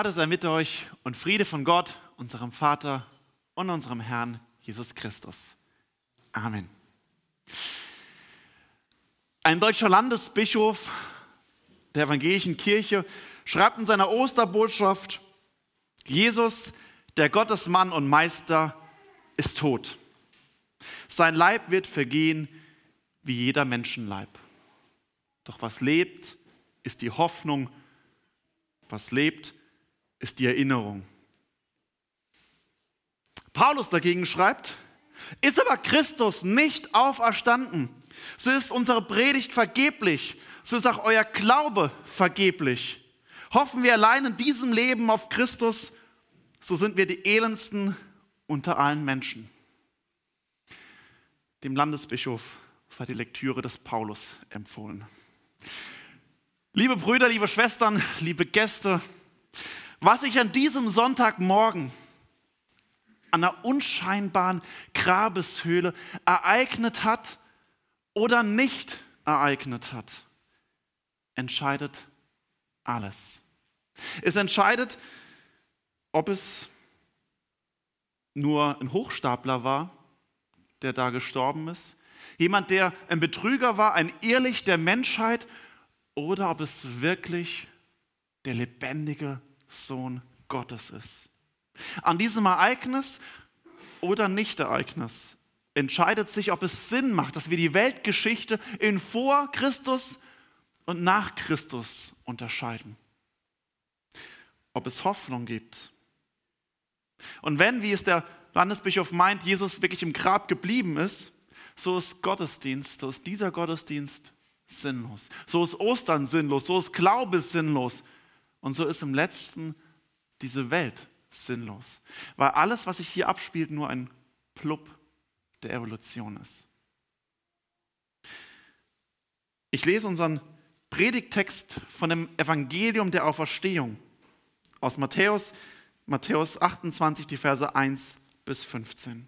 Gnade sei mit euch und Friede von Gott, unserem Vater und unserem Herrn Jesus Christus. Amen. Ein deutscher Landesbischof der evangelischen Kirche schreibt in seiner Osterbotschaft: Jesus, der Gottesmann und Meister, ist tot. Sein Leib wird vergehen wie jeder Menschenleib. Doch was lebt, ist die Hoffnung. Was lebt, ist die Erinnerung. Paulus dagegen schreibt: Ist aber Christus nicht auferstanden, so ist unsere Predigt vergeblich, so ist auch euer Glaube vergeblich. Hoffen wir allein in diesem Leben auf Christus, so sind wir die elendsten unter allen Menschen. Dem Landesbischof sei die Lektüre des Paulus empfohlen. Liebe Brüder, liebe Schwestern, liebe Gäste, was sich an diesem Sonntagmorgen an einer unscheinbaren Grabeshöhle ereignet hat oder nicht ereignet hat, entscheidet alles. Es entscheidet, ob es nur ein Hochstapler war, der da gestorben ist, jemand, der ein Betrüger war, ein Irrlicht der Menschheit, oder ob es wirklich der lebendige Sohn Gottes ist. An diesem Ereignis oder Nicht-Ereignis entscheidet sich, ob es Sinn macht, dass wir die Weltgeschichte in vor Christus und nach Christus unterscheiden. Ob es Hoffnung gibt. Und wenn, wie es der Landesbischof meint, Jesus wirklich im Grab geblieben ist, so ist dieser Gottesdienst sinnlos. So ist Ostern sinnlos, so ist Glaube sinnlos und so ist im Letzten diese Welt sinnlos. Weil alles, was sich hier abspielt, nur ein Plub der Evolution ist. Ich lese unseren Predigttext von dem Evangelium der Auferstehung aus Matthäus 28, die Verse 1 bis 15.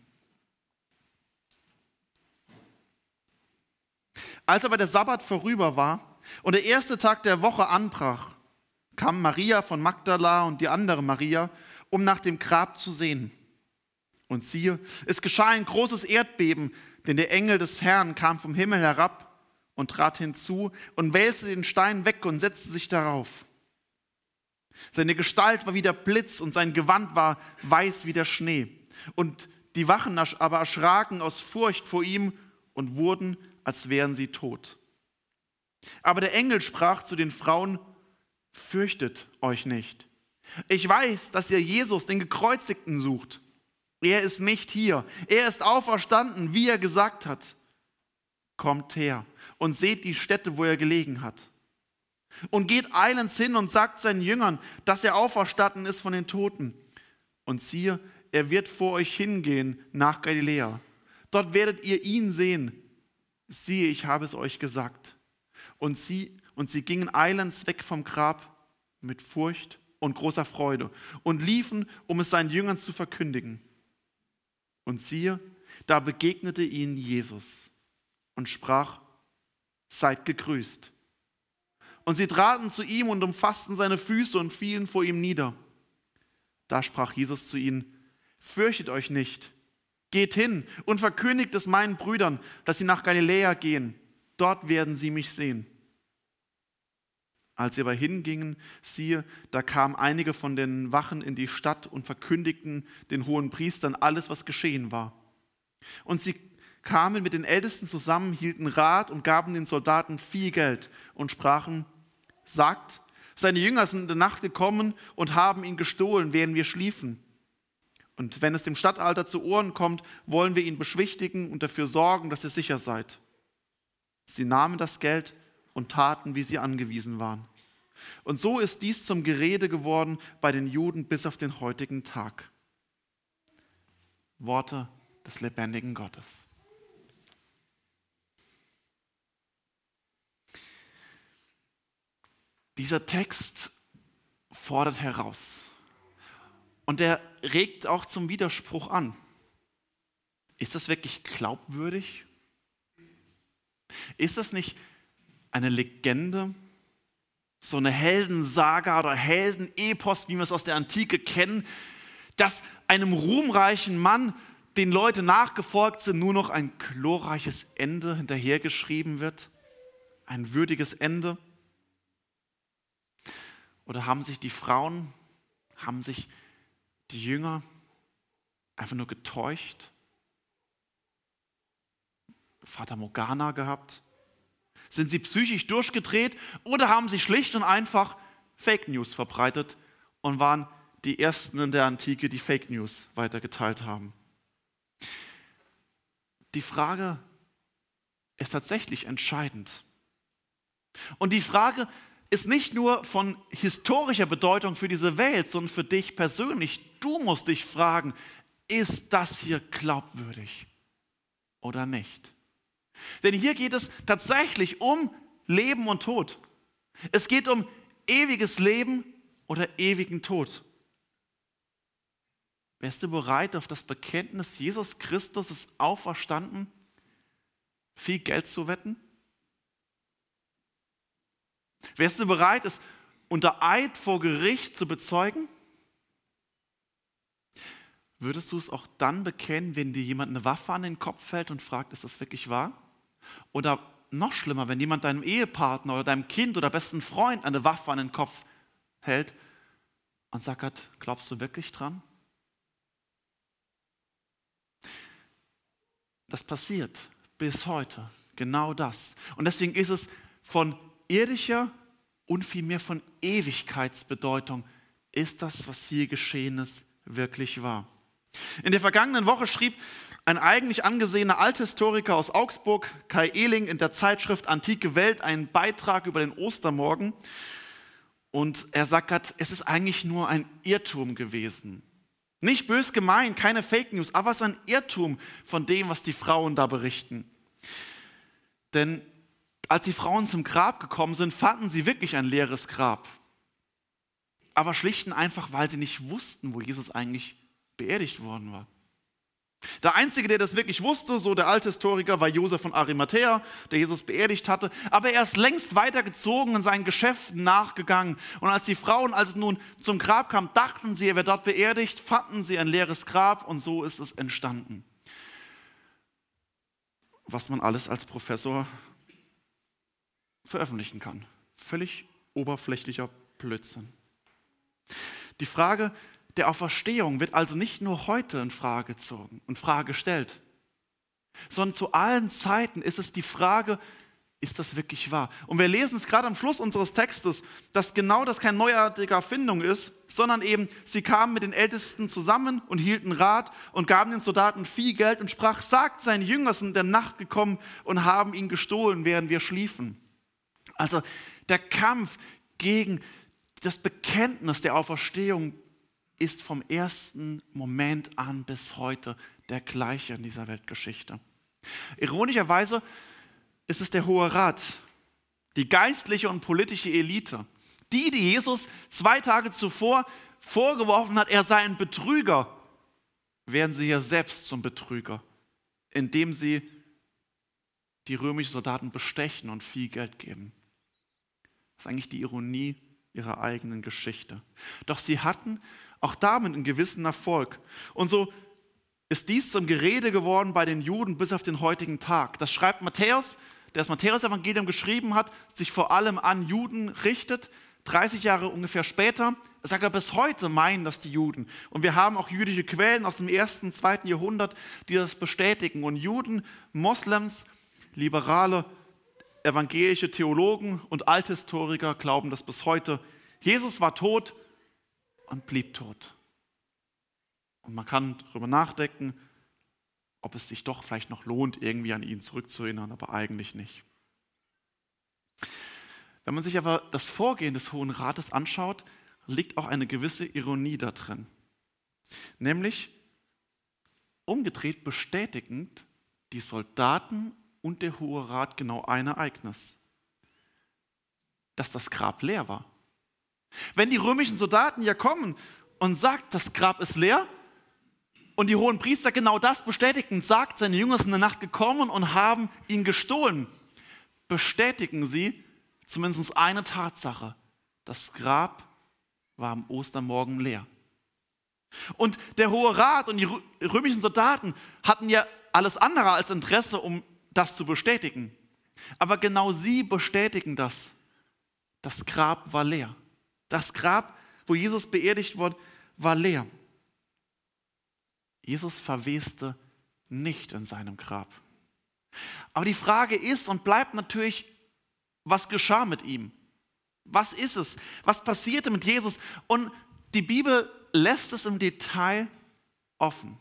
Als aber der Sabbat vorüber war und der erste Tag der Woche anbrach, kam Maria von Magdala und die andere Maria, um nach dem Grab zu sehen. Und siehe, es geschah ein großes Erdbeben, denn der Engel des Herrn kam vom Himmel herab und trat hinzu und wälzte den Stein weg und setzte sich darauf. Seine Gestalt war wie der Blitz und sein Gewand war weiß wie der Schnee. Und die Wachen aber erschraken aus Furcht vor ihm und wurden, als wären sie tot. Aber der Engel sprach zu den Frauen: Fürchtet euch nicht. Ich weiß, dass ihr Jesus, den Gekreuzigten, sucht. Er ist nicht hier. Er ist auferstanden, wie er gesagt hat. Kommt her und seht die Stätte, wo er gelegen hat. Und geht eilends hin und sagt seinen Jüngern, dass er auferstanden ist von den Toten. Und siehe, er wird vor euch hingehen nach Galiläa. Dort werdet ihr ihn sehen. Siehe, ich habe es euch gesagt. Und sie gingen eilends weg vom Grab mit Furcht und großer Freude und liefen, um es seinen Jüngern zu verkündigen. Und siehe, da begegnete ihnen Jesus und sprach: Seid gegrüßt. Und sie traten zu ihm und umfassten seine Füße und fielen vor ihm nieder. Da sprach Jesus zu ihnen: Fürchtet euch nicht. Geht hin und verkündigt es meinen Brüdern, dass sie nach Galiläa gehen. Dort werden sie mich sehen. Als sie aber hingingen, siehe, da kamen einige von den Wachen in die Stadt und verkündigten den hohen Priestern alles, was geschehen war. Und sie kamen mit den Ältesten zusammen, hielten Rat und gaben den Soldaten viel Geld und sprachen: Sagt, seine Jünger sind in der Nacht gekommen und haben ihn gestohlen, während wir schliefen. Und wenn es dem Statthalter zu Ohren kommt, wollen wir ihn beschwichtigen und dafür sorgen, dass ihr sicher seid. Sie nahmen das Geld und taten, wie sie angewiesen waren. Und so ist dies zum Gerede geworden bei den Juden bis auf den heutigen Tag. Worte des lebendigen Gottes. Dieser Text fordert heraus. Und er regt auch zum Widerspruch an. Ist das wirklich glaubwürdig? Ist das nicht eine Legende, so eine Heldensaga oder Heldenepos, wie wir es aus der Antike kennen, dass einem ruhmreichen Mann, den Leute nachgefolgt sind, nur noch ein glorreiches Ende hinterhergeschrieben wird? Ein würdiges Ende? Oder haben sich die Frauen, haben sich die Jünger einfach nur getäuscht? Fata Morgana gehabt? Sind sie psychisch durchgedreht oder haben sie schlicht und einfach Fake News verbreitet und waren die Ersten in der Antike, die Fake News weitergeteilt haben? Die Frage ist tatsächlich entscheidend. Und die Frage ist nicht nur von historischer Bedeutung für diese Welt, sondern für dich persönlich. Du musst dich fragen, ist das hier glaubwürdig oder nicht? Denn hier geht es tatsächlich um Leben und Tod. Es geht um ewiges Leben oder ewigen Tod. Wärst du bereit, auf das Bekenntnis, Jesus Christus ist auferstanden, viel Geld zu wetten? Wärst du bereit, es unter Eid vor Gericht zu bezeugen? Würdest du es auch dann bekennen, wenn dir jemand eine Waffe an den Kopf hält und fragt, ist das wirklich wahr? Oder noch schlimmer, wenn jemand deinem Ehepartner oder deinem Kind oder besten Freund eine Waffe an den Kopf hält und sagt, glaubst du wirklich dran? Das passiert bis heute, genau das. Und deswegen ist es von irdischer und vielmehr von Ewigkeitsbedeutung, ist das, was hier geschehen ist, wirklich wahr. In der vergangenen Woche schrieb ein eigentlich angesehener Althistoriker aus Augsburg, Kai Ehling, in der Zeitschrift Antike Welt einen Beitrag über den Ostermorgen. Und er sagt, es ist eigentlich nur ein Irrtum gewesen. Nicht bös gemeint, keine Fake News, aber es ist ein Irrtum von dem, was die Frauen da berichten. Denn als die Frauen zum Grab gekommen sind, fanden sie wirklich ein leeres Grab. Aber schlicht und einfach, weil sie nicht wussten, wo Jesus eigentlich beerdigt worden war. Der Einzige, der das wirklich wusste, so der alte Historiker, war Josef von Arimathäa, der Jesus beerdigt hatte. Aber er ist längst weitergezogen und seinen Geschäften nachgegangen. Und als die Frauen also nun zum Grab kamen, dachten sie, er wäre dort beerdigt, fanden sie ein leeres Grab und so ist es entstanden. Was man alles als Professor veröffentlichen kann. Völlig oberflächlicher Blödsinn. Die Frage der Auferstehung wird also nicht nur heute in Frage gezogen und Frage gestellt, sondern zu allen Zeiten ist es die Frage, ist das wirklich wahr? Und wir lesen es gerade am Schluss unseres Textes, dass genau das keine neuartige Erfindung ist, sondern eben, sie kamen mit den Ältesten zusammen und hielten Rat und gaben den Soldaten viel Geld und sprach, sagt seinen Jüngern, sind in der Nacht gekommen und haben ihn gestohlen, während wir schliefen. Also der Kampf gegen das Bekenntnis der Auferstehung ist vom ersten Moment an bis heute der gleiche in dieser Weltgeschichte. Ironischerweise ist es der Hohe Rat, die geistliche und politische Elite, die Jesus 2 Tage zuvor vorgeworfen hat, er sei ein Betrüger, werden sie ja selbst zum Betrüger, indem sie die römischen Soldaten bestechen und viel Geld geben. Das ist eigentlich die Ironie ihrer eigenen Geschichte. Doch sie hatten auch damit einen gewissen Erfolg. Und so ist dies zum Gerede geworden bei den Juden bis auf den heutigen Tag. Das schreibt Matthäus, der das Matthäus-Evangelium geschrieben hat, sich vor allem an Juden richtet. 30 Jahre ungefähr später, sagt er, bis heute meinen das die Juden. Und wir haben auch jüdische Quellen aus dem 1., 2. Jahrhundert, die das bestätigen. Und Juden, Moslems, liberale, evangelische Theologen und Althistoriker glauben das bis heute. Jesus war tot und blieb tot. Und man kann darüber nachdenken, ob es sich doch vielleicht noch lohnt, irgendwie an ihn zurückzuerinnern, aber eigentlich nicht. Wenn man sich aber das Vorgehen des Hohen Rates anschaut, liegt auch eine gewisse Ironie da drin. Nämlich umgedreht bestätigend die Soldaten und der Hohe Rat genau ein Ereignis, dass das Grab leer war. Wenn die römischen Soldaten ja kommen und sagen, das Grab ist leer, und die hohen Priester genau das bestätigen, sagt, seine Jünger sind in der Nacht gekommen und haben ihn gestohlen, bestätigen sie zumindest eine Tatsache, Das Grab war am Ostermorgen leer. Und der Hohe Rat und die römischen Soldaten hatten ja alles andere als Interesse, um das zu bestätigen. Aber genau sie bestätigen das. Das Grab war leer. Das Grab, wo Jesus beerdigt wurde, war leer. Jesus verweste nicht in seinem Grab. Aber die Frage ist und bleibt natürlich, was geschah mit ihm? Was ist es? Was passierte mit Jesus? Und die Bibel lässt es im Detail offen.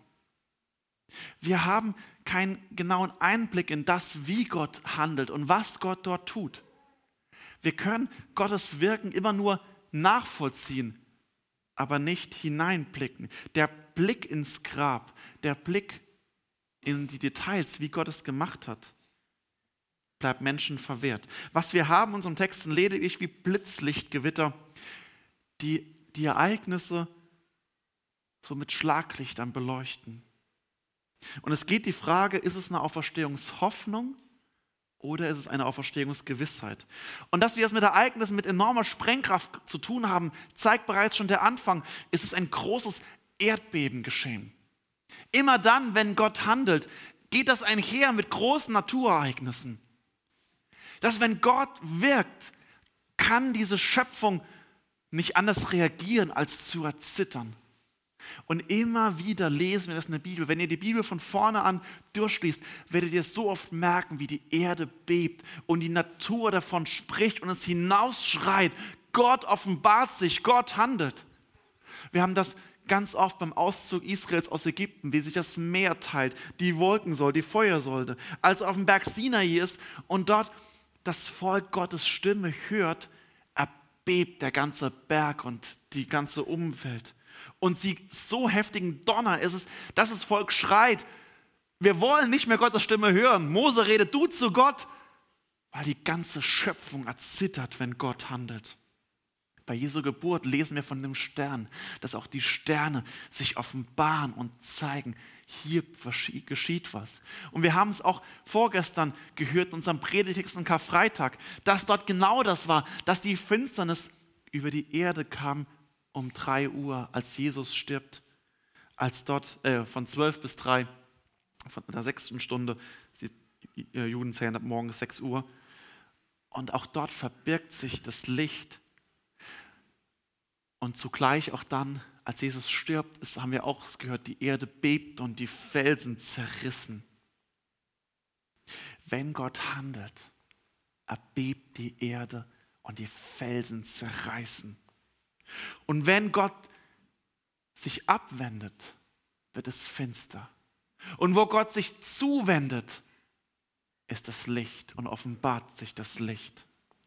Wir haben keinen genauen Einblick in das, wie Gott handelt und was Gott dort tut. Wir können Gottes Wirken immer nur nachvollziehen, aber nicht hineinblicken. Der Blick ins Grab, der Blick in die Details, wie Gott es gemacht hat, bleibt Menschen verwehrt. Was wir haben in unserem Text sind lediglich wie Blitzlichtgewitter, die Ereignisse so mit Schlaglichtern beleuchten. Und es geht die Frage, ist es eine Auferstehungshoffnung oder ist es eine Auferstehungsgewissheit? Und dass wir es mit Ereignissen mit enormer Sprengkraft zu tun haben, zeigt bereits schon der Anfang. Es ist ein großes Erdbeben geschehen. Immer dann, wenn Gott handelt, geht das einher mit großen Naturereignissen. Dass wenn Gott wirkt, kann diese Schöpfung nicht anders reagieren, als zu erzittern. Und immer wieder lesen wir das in der Bibel. Wenn ihr die Bibel von vorne an durchliest, werdet ihr so oft merken, wie die Erde bebt und die Natur davon spricht und es hinausschreit. Gott offenbart sich, Gott handelt. Wir haben das ganz oft beim Auszug Israels aus Ägypten, wie sich das Meer teilt, die Wolkensäule, die Feuersäule. Als er auf dem Berg Sinai ist und dort das Volk Gottes Stimme hört, erbebt der ganze Berg und die ganze Umwelt. Und sie so heftigen Donner ist es, dass das Volk schreit, wir wollen nicht mehr Gottes Stimme hören. Mose, rede du zu Gott, weil die ganze Schöpfung erzittert, wenn Gott handelt. Bei Jesu Geburt lesen wir von dem Stern, dass auch die Sterne sich offenbaren und zeigen, hier geschieht was. Und wir haben es auch vorgestern gehört in unserem Predigtext am Karfreitag, dass dort genau das war, dass die Finsternis über die Erde kam um 3 Uhr, als Jesus stirbt, als dort von 12 bis 3, von der 6. Stunde, die Juden zählen ab morgens 6 Uhr. Und auch dort verbirgt sich das Licht. Und zugleich auch dann, als Jesus stirbt, haben wir auch gehört, die Erde bebt und die Felsen zerrissen. Wenn Gott handelt, erbebt die Erde und die Felsen zerreißen. Und wenn Gott sich abwendet, wird es finster. Und wo Gott sich zuwendet, ist das Licht und offenbart sich das Licht.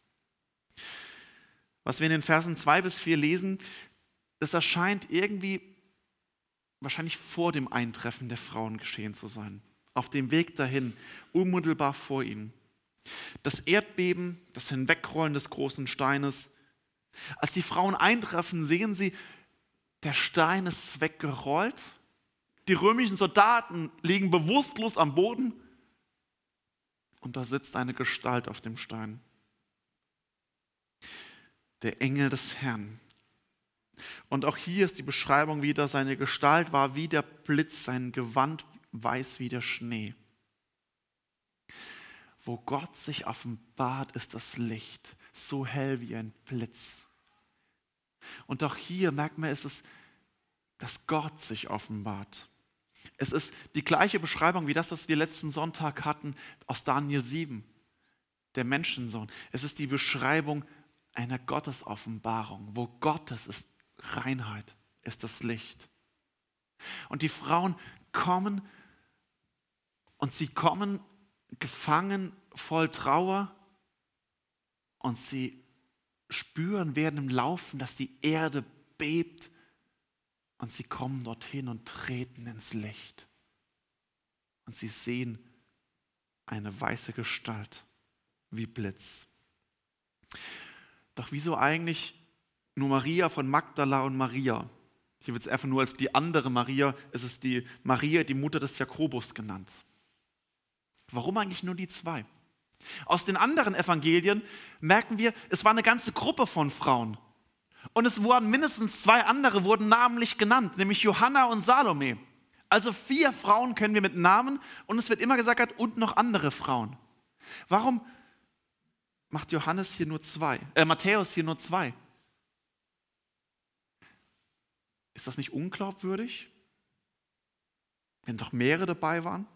Was wir in den Versen 2 bis 4 lesen, das erscheint irgendwie wahrscheinlich vor dem Eintreffen der Frauen geschehen zu sein. Auf dem Weg dahin, unmittelbar vor ihnen. Das Erdbeben, das Hinwegrollen des großen Steines. Als die Frauen eintreffen, sehen sie, der Stein ist weggerollt. Die römischen Soldaten liegen bewusstlos am Boden. Und da sitzt eine Gestalt auf dem Stein. Der Engel des Herrn. Und auch hier ist die Beschreibung wieder, seine Gestalt war wie der Blitz, sein Gewand weiß wie der Schnee. Wo Gott sich offenbart, ist das Licht, so hell wie ein Blitz. Und auch hier merkt man, es ist, dass Gott sich offenbart. Es ist die gleiche Beschreibung wie das, was wir letzten Sonntag hatten aus Daniel 7, der Menschensohn. Es ist die Beschreibung einer Gottesoffenbarung. Wo Gottes ist Reinheit, ist das Licht. Und die Frauen kommen und sie kommen gefangen, voll Trauer und sie spüren während dem Laufen, dass die Erde bebt und sie kommen dorthin und treten ins Licht. Und sie sehen eine weiße Gestalt wie Blitz. Doch wieso eigentlich nur Maria von Magdala und Maria? Hier wird es einfach nur als die andere Maria, es ist die Maria, die Mutter des Jakobus genannt. Warum eigentlich nur die 2? Aus den anderen Evangelien merken wir, es war eine ganze Gruppe von Frauen, Und es wurden mindestens 2 andere wurden namentlich genannt, nämlich Johanna und Salome. Also 4 Frauen kennen wir mit Namen und es wird immer gesagt, und noch andere Frauen. Warum macht Matthäus hier nur 2? Ist das nicht unglaubwürdig, wenn doch mehrere dabei waren?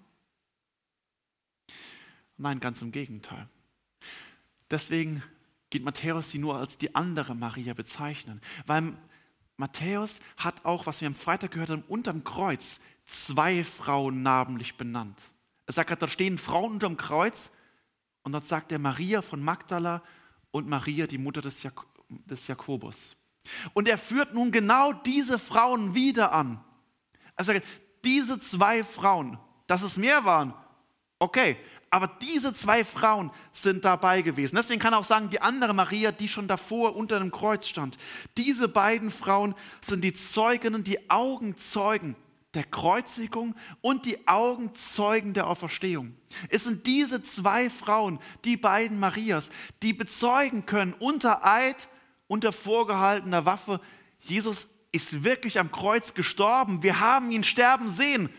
Nein, ganz im Gegenteil. Deswegen geht Matthäus sie nur als die andere Maria bezeichnen. Weil Matthäus hat auch, was wir am Freitag gehört haben, unterm Kreuz 2 Frauen namentlich benannt. Er sagt, da stehen Frauen unterm Kreuz und dort sagt er Maria von Magdala und Maria, die Mutter des Jakobus. Und er führt nun genau diese Frauen wieder an. Er sagt, diese 2 Frauen, dass es mehr waren, okay, aber diese 2 Frauen sind dabei gewesen. Deswegen kann er auch sagen, die andere Maria, die schon davor unter dem Kreuz stand. Diese beiden Frauen sind die Zeuginnen, die Augenzeugen der Kreuzigung und die Augenzeugen der Auferstehung. Es sind diese 2 Frauen, die beiden Marias, die bezeugen können unter Eid, unter vorgehaltener Waffe, Jesus ist wirklich am Kreuz gestorben. Wir haben ihn sterben sehen.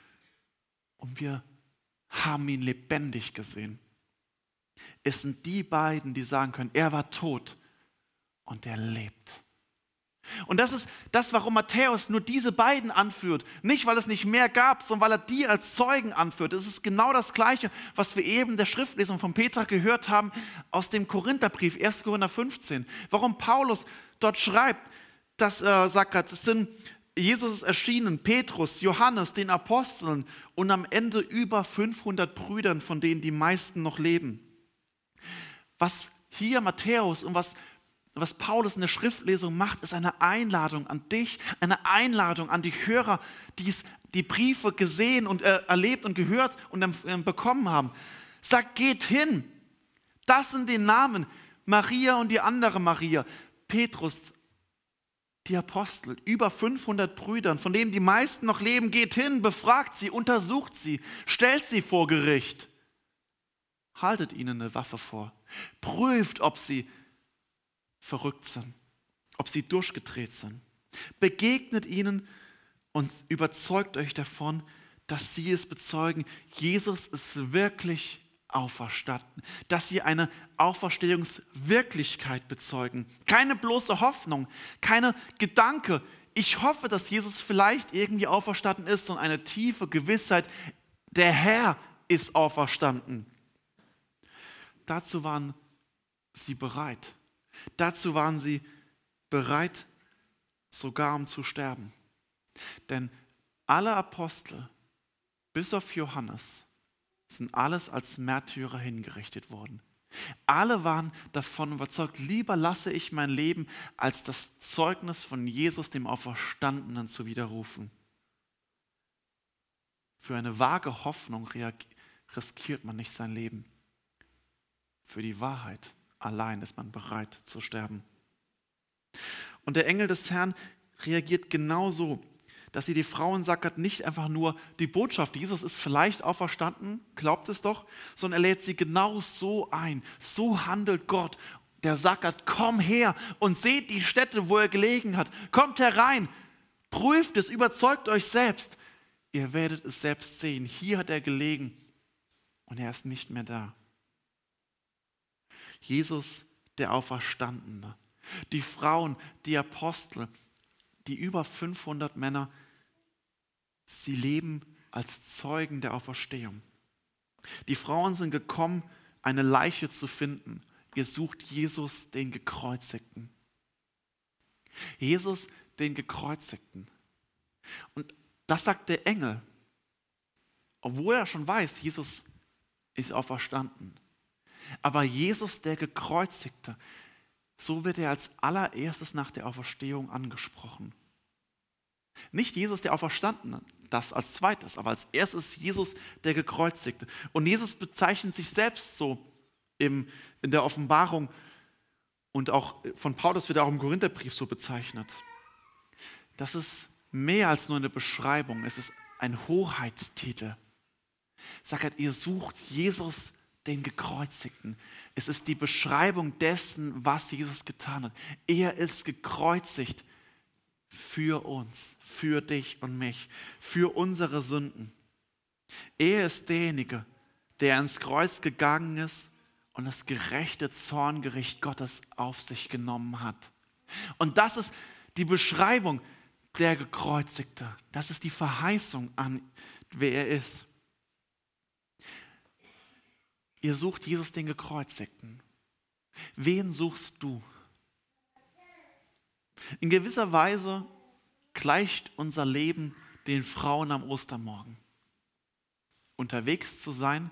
Und wir haben ihn lebendig gesehen. Es sind die beiden, die sagen können, er war tot und er lebt. Und das ist das, warum Matthäus nur diese beiden anführt. Nicht, weil es nicht mehr gab, sondern weil er die als Zeugen anführt. Es ist genau das Gleiche, was wir eben in der Schriftlesung von Petra gehört haben aus dem Korintherbrief, 1. Korinther 15. Warum Paulus dort schreibt, dass er sagt, es sind Jesus ist erschienen, Petrus, Johannes, den Aposteln und am Ende über 500 Brüdern, von denen die meisten noch leben. Was hier Matthäus und was Paulus in der Schriftlesung macht, ist eine Einladung an dich, eine Einladung an die Hörer, die die Briefe gesehen und erlebt und gehört und bekommen haben. Sagt, geht hin. Das sind die Namen. Maria und die andere Maria. Petrus, die Apostel, über 500 Brüdern, von denen die meisten noch leben. Geht hin, befragt sie, untersucht sie, stellt sie vor Gericht. Haltet ihnen eine Waffe vor. Prüft, ob sie verrückt sind, ob sie durchgedreht sind. Begegnet ihnen und überzeugt euch davon, dass sie es bezeugen, Jesus ist wirklich auferstanden, dass sie eine Auferstehungswirklichkeit bezeugen. Keine bloße Hoffnung, keine Gedanke, ich hoffe, dass Jesus vielleicht irgendwie auferstanden ist, sondern eine tiefe Gewissheit, der Herr ist auferstanden. Dazu waren sie bereit. Dazu waren sie bereit, sogar um zu sterben. Denn alle Apostel, bis auf Johannes, sind alles als Märtyrer hingerichtet worden. Alle waren davon überzeugt, lieber lasse ich mein Leben, als das Zeugnis von Jesus, dem Auferstandenen, zu widerrufen. Für eine vage Hoffnung riskiert man nicht sein Leben. Für die Wahrheit allein ist man bereit zu sterben. Und der Engel des Herrn reagiert genauso, dass sie die Frauen sagt, nicht einfach nur die Botschaft, Jesus ist vielleicht auferstanden, glaubt es doch, sondern er lädt sie genau so ein. So handelt Gott. Der sagt, komm her und seht die Stätte, wo er gelegen hat. Kommt herein, prüft es, überzeugt euch selbst. Ihr werdet es selbst sehen. Hier hat er gelegen und er ist nicht mehr da. Jesus, der Auferstandene. Die Frauen, die Apostel, die über 500 Männer, sie leben als Zeugen der Auferstehung. Die Frauen sind gekommen, eine Leiche zu finden. Ihr sucht Jesus, den Gekreuzigten. Jesus, den Gekreuzigten. Und das sagt der Engel, obwohl er schon weiß, Jesus ist auferstanden. Aber Jesus, der Gekreuzigte, so wird er als allererstes nach der Auferstehung angesprochen. Nicht Jesus, der Auferstandene, das als zweites, aber als erstes Jesus, der Gekreuzigte. Und Jesus bezeichnet sich selbst so in der Offenbarung und auch von Paulus wird er auch im Korintherbrief so bezeichnet. Das ist mehr als nur eine Beschreibung, es ist ein Hoheitstitel. Sagt, ihr sucht Jesus, den Gekreuzigten. Es ist die Beschreibung dessen, was Jesus getan hat. Er ist gekreuzigt für uns, für dich und mich, für unsere Sünden. Er ist derjenige, der ans Kreuz gegangen ist und das gerechte Zorngericht Gottes auf sich genommen hat. Und das ist die Beschreibung der Gekreuzigte. Das ist die Verheißung an, wer er ist. Ihr sucht Jesus, den Gekreuzigten. Wen suchst du? In gewisser Weise gleicht unser Leben den Frauen am Ostermorgen. Unterwegs zu sein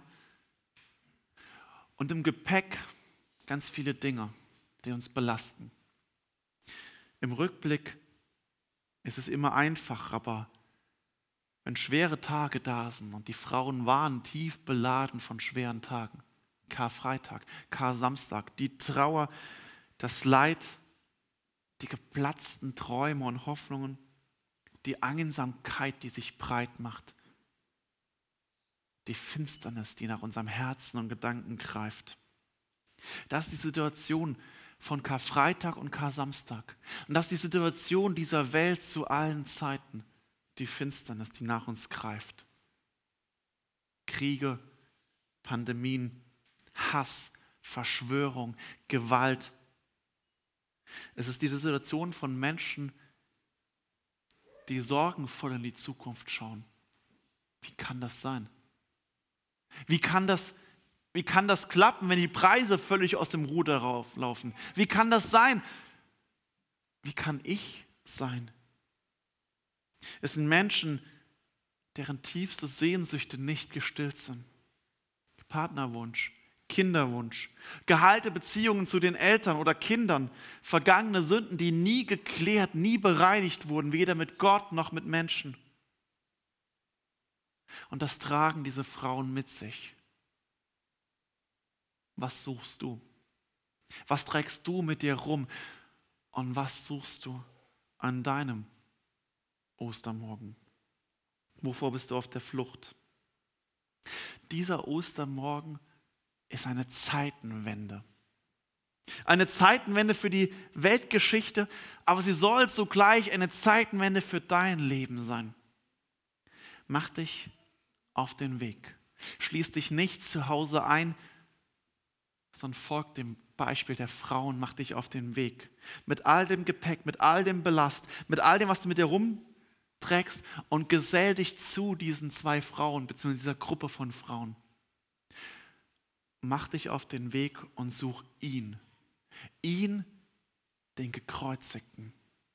und im Gepäck ganz viele Dinge, die uns belasten. Im Rückblick ist es immer einfach, aber wenn schwere Tage da sind und die Frauen waren tief beladen von schweren Tagen, Karfreitag, Kar-Samstag, die Trauer, das Leid, die geplatzten Träume und Hoffnungen, die Einsamkeit, die sich breit macht, die Finsternis, die nach unserem Herzen und Gedanken greift. Das ist die Situation von Karfreitag und Kar-Samstag. Und das ist die Situation dieser Welt zu allen Zeiten. Die Finsternis, die nach uns greift. Kriege, Pandemien, Hass, Verschwörung, Gewalt. Es ist diese Situation von Menschen, die sorgenvoll in die Zukunft schauen. Wie kann das sein? Wie kann das klappen, wenn die Preise völlig aus dem Ruder laufen? Wie kann das sein? Wie kann ich sein? Es sind Menschen, deren tiefste Sehnsüchte nicht gestillt sind. Partnerwunsch, Kinderwunsch, geheilte Beziehungen zu den Eltern oder Kindern, vergangene Sünden, die nie geklärt, nie bereinigt wurden, weder mit Gott noch mit Menschen. Und das tragen diese Frauen mit sich. Was suchst du? Was trägst du mit dir rum? Und was suchst du an deinem Ostermorgen? Wovor bist du auf der Flucht? Dieser Ostermorgen ist eine Zeitenwende. Eine Zeitenwende für die Weltgeschichte, aber sie soll zugleich eine Zeitenwende für dein Leben sein. Mach dich auf den Weg. Schließ dich nicht zu Hause ein, sondern folg dem Beispiel der Frauen, mach dich auf den Weg. Mit all dem Gepäck, mit all dem Ballast, mit all dem, was du mit dir rumträgst und gesell dich zu diesen zwei Frauen, beziehungsweise dieser Gruppe von Frauen. Mach dich auf den Weg und such ihn. Ihn, den Gekreuzigten.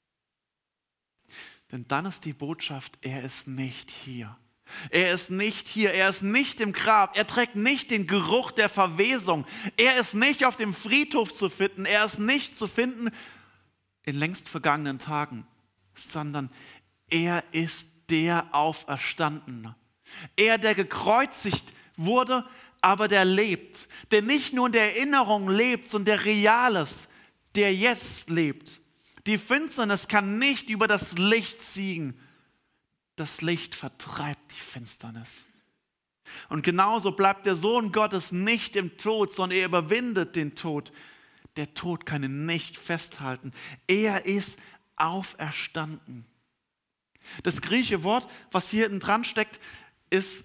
Denn dann ist die Botschaft, er ist nicht hier. Er ist nicht hier, er ist nicht im Grab, er trägt nicht den Geruch der Verwesung, er ist nicht auf dem Friedhof zu finden, er ist nicht zu finden in längst vergangenen Tagen, sondern er ist der Auferstandene. Er, der gekreuzigt wurde, aber der lebt, der nicht nur in der Erinnerung lebt, sondern der Reales, der jetzt lebt. Die Finsternis kann nicht über das Licht siegen. Das Licht vertreibt die Finsternis. Und genauso bleibt der Sohn Gottes nicht im Tod, sondern er überwindet den Tod. Der Tod kann ihn nicht festhalten. Er ist auferstanden. Das griechische Wort, was hier hinten dran steckt, ist,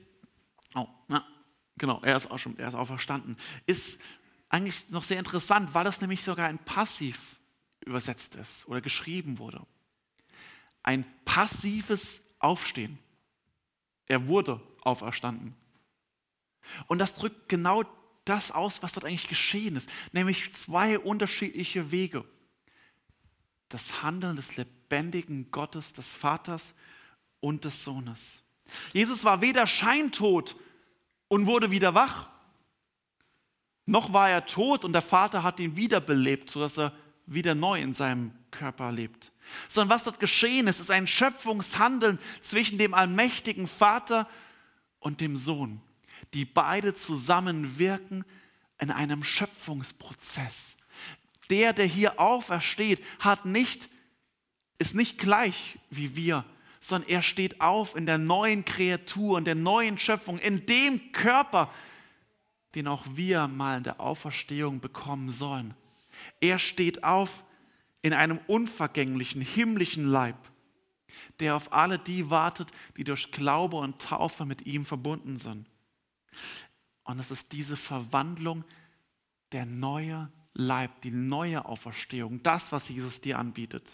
er ist auferstanden, ist eigentlich noch sehr interessant, weil das nämlich sogar in Passiv übersetzt ist oder geschrieben wurde. Ein passives Aufstehen. Er wurde auferstanden. Und das drückt genau das aus, was dort eigentlich geschehen ist. Nämlich zwei unterschiedliche Wege. Das Handeln des lebendigen Gottes, des Vaters und des Sohnes. Jesus war weder scheintot und wurde wieder wach, noch war er tot und der Vater hat ihn wiederbelebt, sodass er wieder neu in seinem Körper lebt. Sondern was dort geschehen ist, ist ein Schöpfungshandeln zwischen dem allmächtigen Vater und dem Sohn, die beide zusammenwirken in einem Schöpfungsprozess. Der hier aufersteht, ist nicht gleich wie wir, sondern er steht auf in der neuen Kreatur, in der neuen Schöpfung, in dem Körper, den auch wir mal in der Auferstehung bekommen sollen. Er steht auf in einem unvergänglichen, himmlischen Leib, der auf alle die wartet, die durch Glaube und Taufe mit ihm verbunden sind. Und es ist diese Verwandlung, der neue Leib, die neue Auferstehung, das, was Jesus dir anbietet.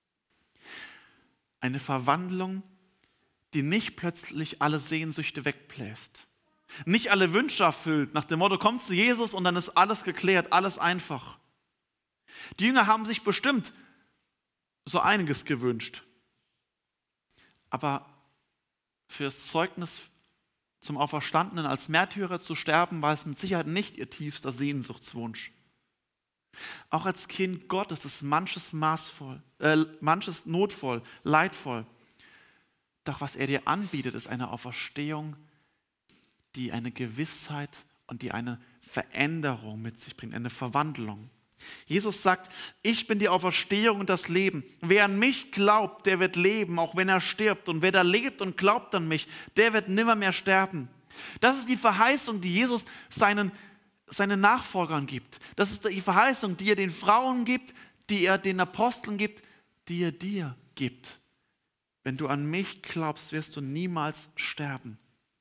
Eine Verwandlung, die nicht plötzlich alle Sehnsüchte wegbläst, nicht alle Wünsche erfüllt, nach dem Motto, komm zu Jesus und dann ist alles geklärt, alles einfach. Die Jünger haben sich bestimmt so einiges gewünscht. Aber für das Zeugnis zum Auferstandenen als Märtyrer zu sterben, war es mit Sicherheit nicht ihr tiefster Sehnsuchtswunsch. Auch als Kind Gottes ist manches notvoll, leidvoll. Doch was er dir anbietet, ist eine Auferstehung, die eine Gewissheit und die eine Veränderung mit sich bringt, eine Verwandlung. Jesus sagt, ich bin die Auferstehung und das Leben. Wer an mich glaubt, der wird leben, auch wenn er stirbt. Und wer da lebt und glaubt an mich, der wird nimmer mehr sterben. Das ist die Verheißung, die Jesus seinen Nachfolgern gibt. Das ist die Verheißung, die er den Frauen gibt, die er den Aposteln gibt, die er dir gibt. Wenn du an mich glaubst, wirst du niemals sterben.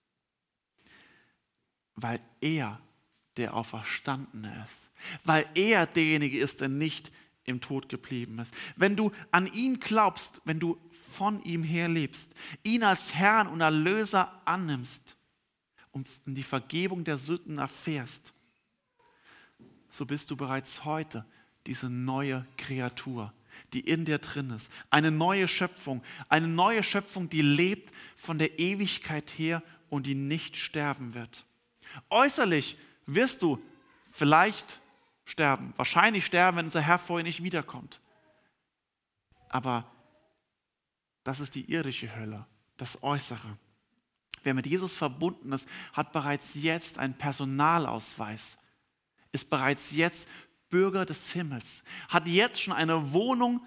Weil er der Auferstandene ist. Weil er derjenige ist, der nicht im Tod geblieben ist. Wenn du an ihn glaubst, wenn du von ihm her lebst, ihn als Herrn und Erlöser annimmst und die Vergebung der Sünden erfährst, so bist du bereits heute diese neue Kreatur, die in dir drin ist. Eine neue Schöpfung, die lebt von der Ewigkeit her und die nicht sterben wird. Äußerlich wirst du vielleicht sterben, wahrscheinlich sterben, wenn unser Herr vorher nicht wiederkommt. Aber das ist die irdische Hölle, das Äußere. Wer mit Jesus verbunden ist, hat bereits jetzt einen Personalausweis, ist bereits jetzt Bürger des Himmels, hat jetzt schon eine Wohnung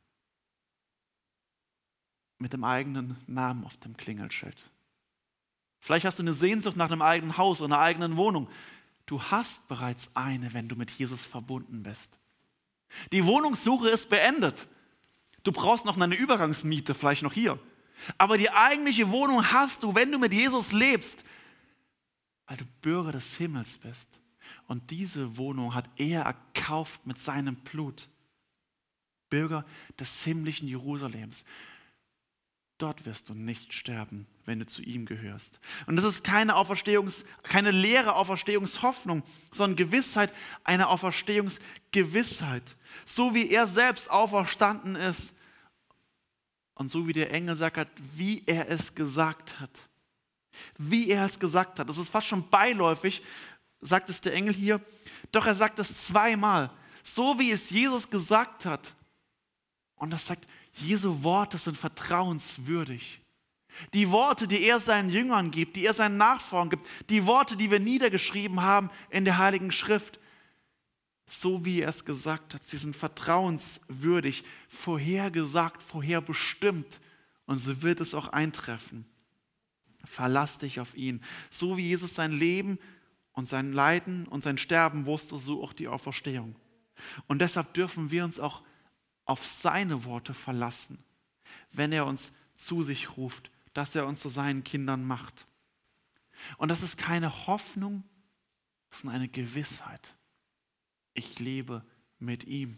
mit dem eigenen Namen auf dem Klingelschild. Vielleicht hast du eine Sehnsucht nach einem eigenen Haus oder einer eigenen Wohnung. Du hast bereits eine, wenn du mit Jesus verbunden bist. Die Wohnungssuche ist beendet. Du brauchst noch eine Übergangsmiete, vielleicht noch hier. Aber die eigentliche Wohnung hast du, wenn du mit Jesus lebst, weil du Bürger des Himmels bist. Und diese Wohnung hat er erkauft mit seinem Blut. Bürger des himmlischen Jerusalems. Dort wirst du nicht sterben, wenn du zu ihm gehörst. Und das ist keine leere Auferstehungshoffnung, sondern Gewissheit, eine Auferstehungsgewissheit. So wie er selbst auferstanden ist und so wie der Engel sagt, wie er es gesagt hat. Wie er es gesagt hat. Das ist fast schon beiläufig, sagt es der Engel hier. Doch er sagt es zweimal. So wie es Jesus gesagt hat. Und das sagt, Jesu Worte sind vertrauenswürdig. Die Worte, die er seinen Jüngern gibt, die er seinen Nachfolgern gibt, die Worte, die wir niedergeschrieben haben in der Heiligen Schrift, so wie er es gesagt hat, sie sind vertrauenswürdig, vorhergesagt, vorherbestimmt und so wird es auch eintreffen. Verlass dich auf ihn. So wie Jesus sein Leben und sein Leiden und sein Sterben wusste, so auch die Auferstehung. Und deshalb dürfen wir uns auch auf seine Worte verlassen, wenn er uns zu sich ruft, dass er uns zu seinen Kindern macht. Und das ist keine Hoffnung, das ist eine Gewissheit. Ich lebe mit ihm.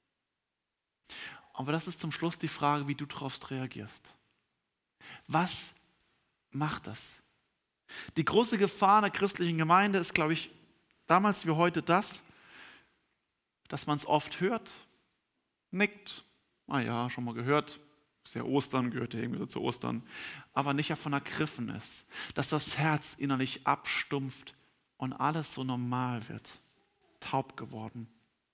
Aber das ist zum Schluss die Frage, wie du darauf reagierst. Was macht das? Die große Gefahr der christlichen Gemeinde ist, glaube ich, damals wie heute das, dass man es oft hört, nickt, ja, schon mal gehört, ist ja Ostern, gehört ja irgendwie so zu Ostern, aber nicht davon ergriffen ist, dass das Herz innerlich abstumpft und alles so normal wird, taub geworden.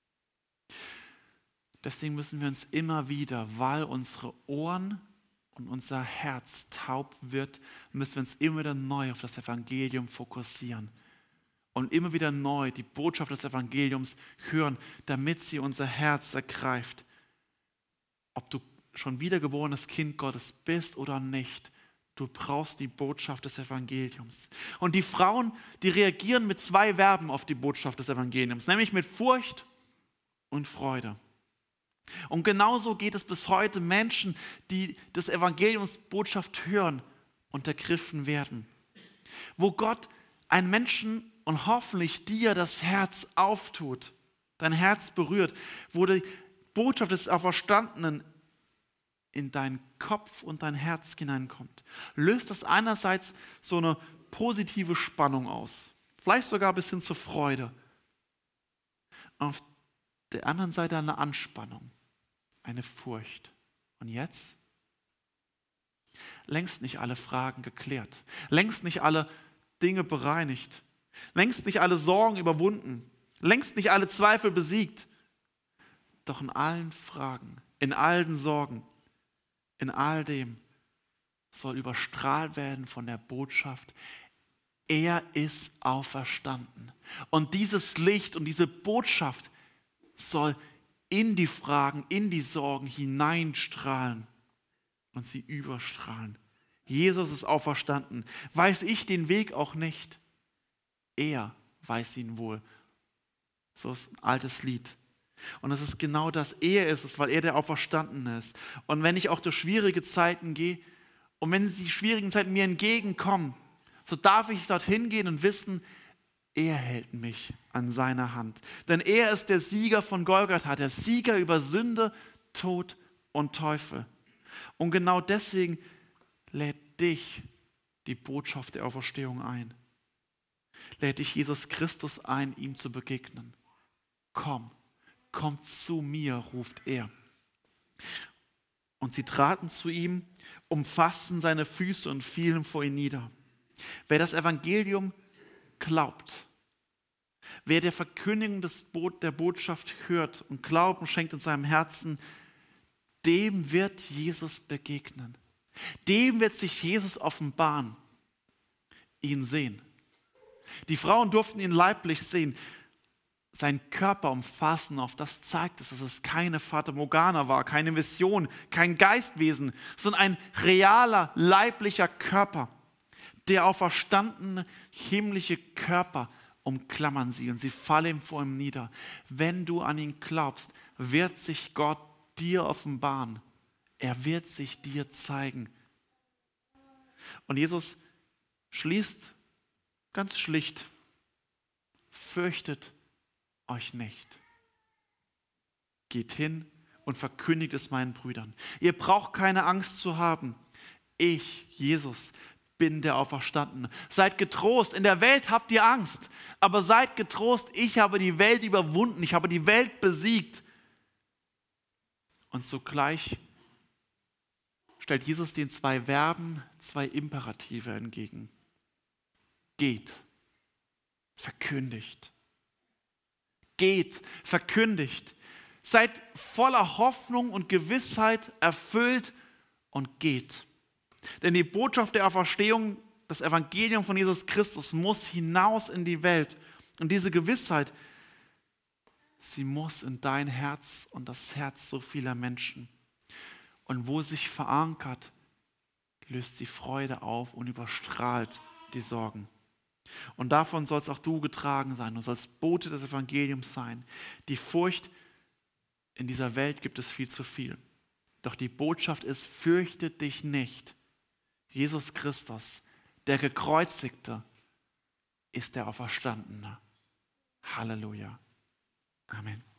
Deswegen müssen wir uns immer wieder, weil unsere Ohren und unser Herz taub wird, müssen wir uns immer wieder neu auf das Evangelium fokussieren und immer wieder neu die Botschaft des Evangeliums hören, damit sie unser Herz ergreift. Ob du schon wiedergeborenes Kind Gottes bist oder nicht, Du brauchst die Botschaft des Evangeliums. Und die Frauen, die reagieren mit 2 Verben auf die Botschaft des Evangeliums, nämlich mit Furcht und Freude. Und genauso geht es bis heute Menschen, die des Evangeliums Botschaft hören und ergriffen werden. Wo Gott einen Menschen und hoffentlich dir das Herz auftut, dein Herz berührt, wo die Botschaft des Auferstandenen in deinen Kopf und dein Herz hineinkommt, löst das einerseits so eine positive Spannung aus, vielleicht sogar bis hin zur Freude. Auf der anderen Seite eine Anspannung, eine Furcht. Und jetzt? Längst nicht alle Fragen geklärt, längst nicht alle Dinge bereinigt, längst nicht alle Sorgen überwunden, längst nicht alle Zweifel besiegt. Doch in allen Fragen, in allen Sorgen, in all dem soll überstrahlt werden von der Botschaft, er ist auferstanden. Und dieses Licht und diese Botschaft soll in die Fragen, in die Sorgen hineinstrahlen und sie überstrahlen. Jesus ist auferstanden. Weiß ich den Weg auch nicht? Er weiß ihn wohl. So ist ein altes Lied. Und es ist genau das, er ist es, weil er der Auferstandene ist. Und wenn ich auch durch schwierige Zeiten gehe und wenn die schwierigen Zeiten mir entgegenkommen, so darf ich dorthin gehen und wissen, er hält mich an seiner Hand. Denn er ist der Sieger von Golgatha, der Sieger über Sünde, Tod und Teufel. Und genau deswegen lädt dich die Botschaft der Auferstehung ein. Lädt dich Jesus Christus ein, ihm zu begegnen. Komm zu mir, ruft er. Und sie traten zu ihm, umfassten seine Füße und fielen vor ihn nieder. Wer das Evangelium glaubt, wer der Verkündigung der Botschaft hört und Glauben schenkt in seinem Herzen, dem wird Jesus begegnen. Dem wird sich Jesus offenbaren, ihn sehen. Die Frauen durften ihn leiblich sehen, seinen Körper umfassen, auf das zeigt es, dass es keine Fata Morgana war, keine Vision, kein Geistwesen, sondern ein realer, leiblicher Körper. Der auferstandene himmlische Körper umklammern sie und sie fallen vor ihm nieder. Wenn du an ihn glaubst, wird sich Gott dir offenbaren. Er wird sich dir zeigen. Und Jesus schließt ganz schlicht: Fürchtet euch nicht. Geht hin und verkündigt es meinen Brüdern. Ihr braucht keine Angst zu haben. Ich, Jesus, bin der Auferstandene. Seid getrost, in der Welt habt ihr Angst, aber seid getrost, ich habe die Welt überwunden, ich habe die Welt besiegt. Und sogleich stellt Jesus den 2 Verben, 2 Imperative entgegen. Geht, verkündigt. Geht, verkündigt. Seid voller Hoffnung und Gewissheit erfüllt und geht. Denn die Botschaft der Auferstehung, das Evangelium von Jesus Christus muss hinaus in die Welt. Und diese Gewissheit, sie muss in dein Herz und das Herz so vieler Menschen. Und wo sich verankert, löst sie Freude auf und überstrahlt die Sorgen. Und davon sollst auch du getragen sein. Du sollst Bote des Evangeliums sein. Die Furcht in dieser Welt gibt es viel zu viel. Doch die Botschaft ist: Fürchte dich nicht. Jesus Christus, der Gekreuzigte, ist der Auferstandene. Halleluja. Amen.